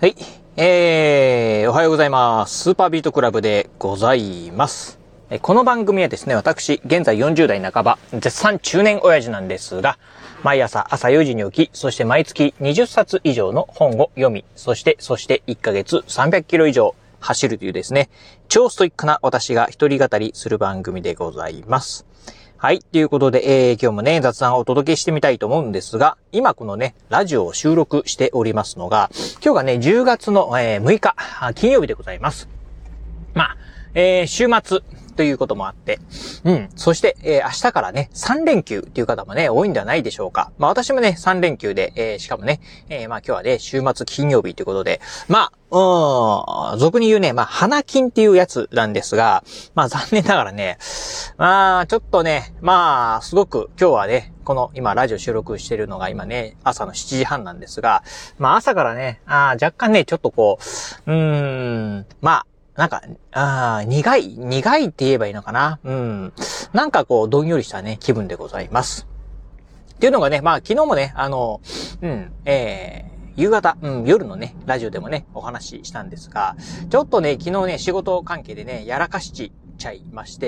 はい。おはようございます。スーパービートクラブでございます。この番組はですね、私、現在40代半ば、絶賛中年親父なんですが、毎朝4時に起き、そして毎月20冊以上の本を読み、そして1ヶ月300キロ以上走るというですね、超ストイックな私が一人語りする番組でございます。はい。ということで、今日もね、雑談をお届けしてみたいと思うんですが、今このね、ラジオを収録しておりますのが、今日がね、10月の6日、金曜日でございます。週末ということもあって、そして、明日からね、3連休っていう方もね、多いんではないでしょうか。私もね、3連休で、しかもね、今日はね、週末金曜日ということで、俗に言うね、花金っていうやつなんですが、残念ながらね、ちょっとね、すごく今日はね、この今ラジオ収録してるのが今ね、朝の7時半なんですが、朝からね、若干ね、ちょっとこう、苦いって言えばいいのかな。なんかこう、どんよりしたね、気分でございます。っていうのがね、昨日もね、夕方、夜のね、ラジオでもね、お話ししたんですが、ちょっとね、昨日ね、仕事関係でね、やらかしちゃいまして、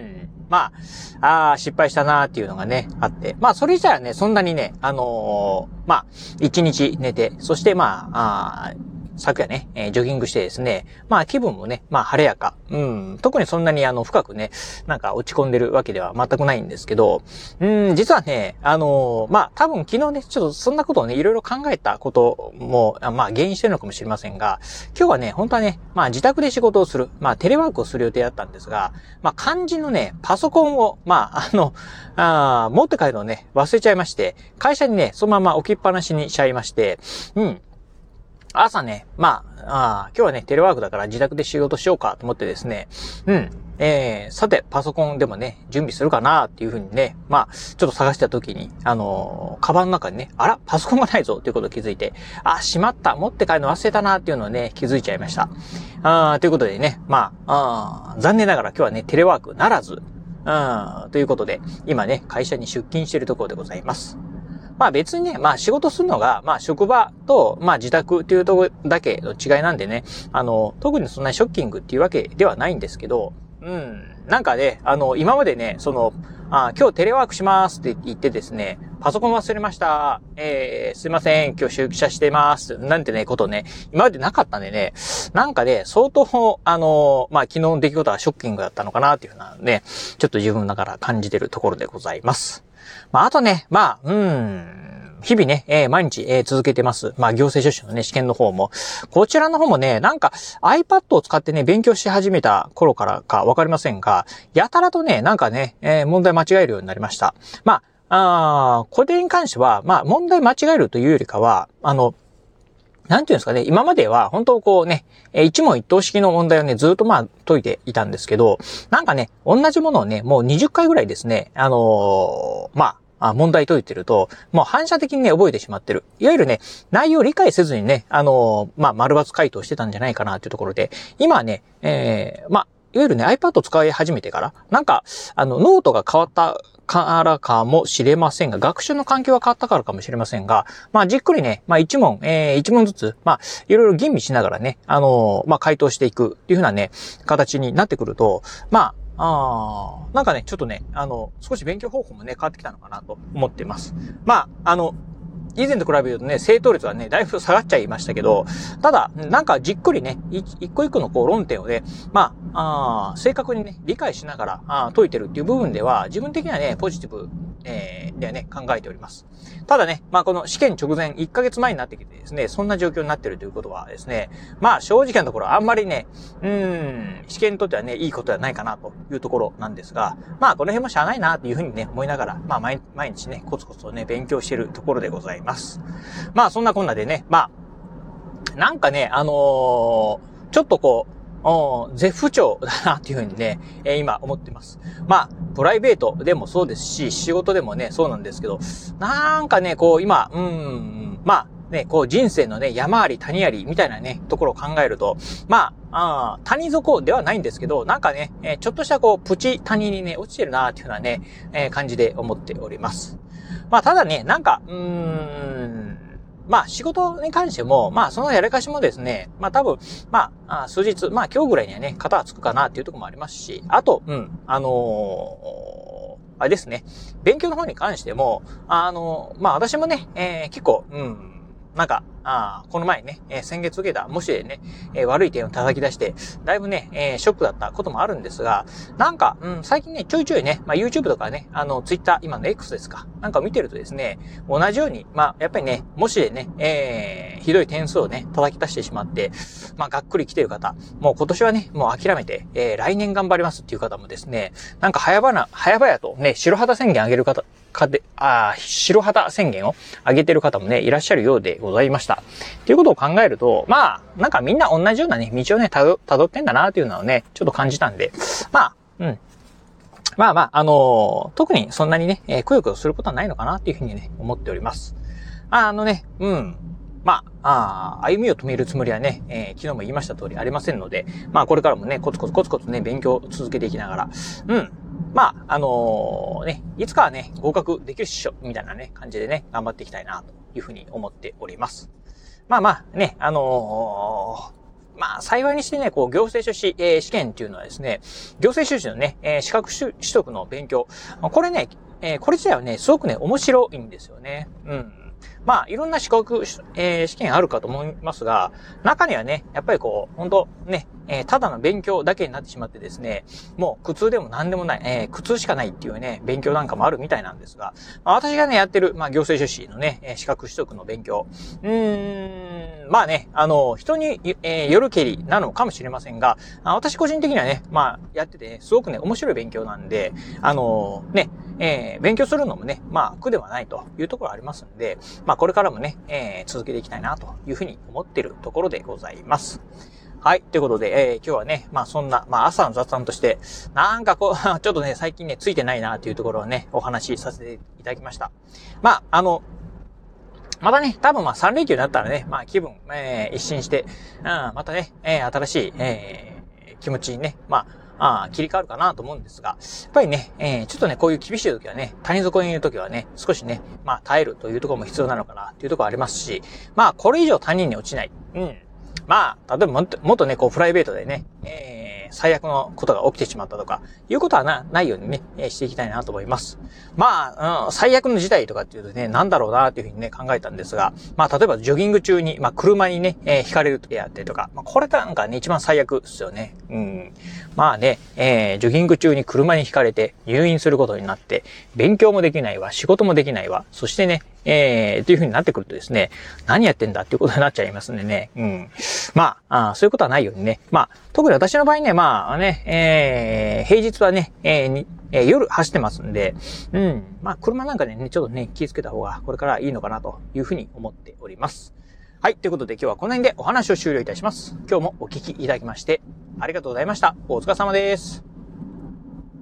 失敗したなーっていうのがね、あって、それ自体はね、そんなにね、一日寝て、そして昨夜ね、ジョギングしてですね、気分もね、晴れやか。特にそんなに深くね、なんか落ち込んでるわけでは全くないんですけど、実はね、多分昨日ね、ちょっとそんなことをね、いろいろ考えたことも、原因してるのかもしれませんが、今日はね、本当はね、自宅で仕事をする、テレワークをする予定だったんですが、肝心のね、パソコンを、持って帰るのをね、忘れちゃいまして、会社にね、そのまま置きっぱなしにしちゃいまして、朝ね、今日はね、テレワークだから自宅で仕事しようかと思ってですね、さて、パソコンでもね、準備するかなっていうふうにね、ちょっと探した時に、カバンの中にね、パソコンがないぞっていうことを気づいて、しまった、持って帰るの忘れたなっていうのをね、気づいちゃいました。ということでね、残念ながら今日はね、テレワークならず、ということで、今ね、会社に出勤しているところでございます。別にね、仕事するのが、職場と、自宅っていうところだけの違いなんでね、特にそんなショッキングっていうわけではないんですけど、なんかね、今までね、今日テレワークしますって言ってですね、パソコン忘れました。すいません、今日出社してます。なんてね、ことね、今までなかったんでね、なんかね、相当、昨日の出来事はショッキングだったのかなっていうふうなね、ちょっと自分ながら感じてるところでございます。あとね、日々ね、毎日、続けてます。行政書士のね、試験の方も。こちらの方もね、なんか iPad を使ってね、勉強し始めた頃からかわかりませんが、やたらとね、なんかね、問題間違えるようになりました。これに関しては、問題間違えるというよりかは、なんていうんですかね、今までは本当こうね、一問一答式の問題をね、ずっと解いていたんですけど、なんかね、同じものをね、もう20回ぐらいですね、問題解いてると、もう反射的にね、覚えてしまってる。いわゆるね、内容を理解せずにね、丸抜回答してたんじゃないかなというところで、今はね、いわゆるね、iPad を使い始めてから、なんか、ノートが変わったからかもしれませんが、学習の環境が変わったからかもしれませんが、じっくりね、一問ずつ、いろいろ吟味しながらね、回答していくっていう風なね、形になってくると、なんかね、ちょっとね、少し勉強方法もね、変わってきたのかなと思っています。以前と比べるとね、正答率はね、だいぶ下がっちゃいましたけど、ただ、なんかじっくりね、一個一個のこう論点をね、正確にね、理解しながら解いてるっていう部分では、自分的にはね、ポジティブ、ではね、考えております。ただね、この試験直前、1ヶ月前になってきてですね、そんな状況になっているということはですね、正直なところあんまりね、試験にとってはね、いいことではないかなというところなんですが、この辺もしゃあないなというふうにね、思いながら、毎日ね、コツコツとね、勉強しているところでございます。そんなこんなでね、なんかね、ちょっとこう、絶不調だなっていうふうにね、今思ってます。プライベートでもそうですし、仕事でもね、そうなんですけど、なんかね、こう今、こう人生のね、山あり谷ありみたいなね、ところを考えると、谷底ではないんですけど、なんかね、ちょっとしたこう、プチ谷にね、落ちてるなっていうふうなね、感じで思っております。ただね、なんか、 まあ仕事に関しても、まあそのやらかしもですね、まあ多分、まあ、数日、まあ今日ぐらいにはね、型はつくかなっていうところもありますし、あと、あれですね、勉強の方に関しても、まあ私もね、結構、なんか、この前ね、先月受けた模試でね、悪い点を叩き出して、だいぶね、ショックだったこともあるんですが、なんか、最近ね、ちょいちょいね、まあ YouTube とかね、Twitter、今の X ですか、なんか見てるとですね、同じように、まあやっぱりね、模試でね、ひどい点数をね、叩き出してしまって、まあがっくり来てる方、もう今年はね、もう諦めて、来年頑張りますっていう方もですね、なんか早々とね、白旗宣言上げる方、白旗宣言を上げてる方もね、いらっしゃるようでございました。ということを考えると、まあ、なんかみんな同じようなね、道をね、辿ってんだなっていうのをね、ちょっと感じたんで、まあ、特にそんなにね、くよくよすることはないのかなっていうふうにね、思っております。まあ、歩みを止めるつもりはね、昨日も言いました通りありませんので、まあこれからもね、コツコツね、勉強を続けていきながら、まあ、ね、いつかはね、合格できるっしょ、みたいなね、感じでね、頑張っていきたいな、というふうに思っております。まあね、まあ、幸いにしてね、こう、行政書士、試験っていうのはですね、行政書士のね、資格取得の勉強。これね、これ自体はね、すごくね、面白いんですよね。まあ、いろんな資格、試験あるかと思いますが、中にはね、やっぱりこう、本当ね、ただの勉強だけになってしまってですね、もう苦痛でも何でもない、苦痛しかないっていうね、勉強なんかもあるみたいなんですが、まあ、私がね、やってる、まあ、行政書士のね、資格取得の勉強。まあね、人に、よるけりなのかもしれませんが、私個人的にはね、まあ、やっててね、すごくね、面白い勉強なんで、勉強するのもね、まあ、苦ではないというところありますんで、まあ、これからもね、続けていきたいなというふうに思っているところでございます。はい。ということで、今日はね、まあそんな、まあ朝の雑談として、なんかこう、ちょっとね、最近ね、ついてないなというところをね、お話しさせていただきました。まあ、またね、多分まあ3連休になったらね、まあ気分、一新して、またね、新しい、気持ちにね、まあ、切り替わるかなと思うんですが、やっぱりね、ちょっとね、こういう厳しい時はね、谷底にいる時はね、少しね、まあ耐えるというところも必要なのかなというところありますし、まあこれ以上他人に落ちない。まあ、例えばもっとね、こうプライベートでね、最悪のことが起きてしまったとか、いうことはないようにね、していきたいなと思います。まあ、最悪の事態とかっていうとね、なんだろうなというふうにね、考えたんですが、まあ、例えばジョギング中に、まあ、車にね、ひかれる時あったりとか、まあ、これなんかね、一番最悪ですよね。まあね、ジョギング中に車にひかれて入院することになって、勉強もできないわ、仕事もできないわ、そしてね、という風になってくるとですね、何やってんだっていうことになっちゃいますんでね。まあ、そういうことはないようにね。まあ、特に私の場合ね、まあね、平日はね、夜走ってますんで、まあ、車なんかでね、ちょっとね、気をつけた方がこれからいいのかなというふうに思っております。はい。ということで今日はこの辺でお話を終了いたします。今日もお聞きいただきまして、ありがとうございました。お疲れ様です。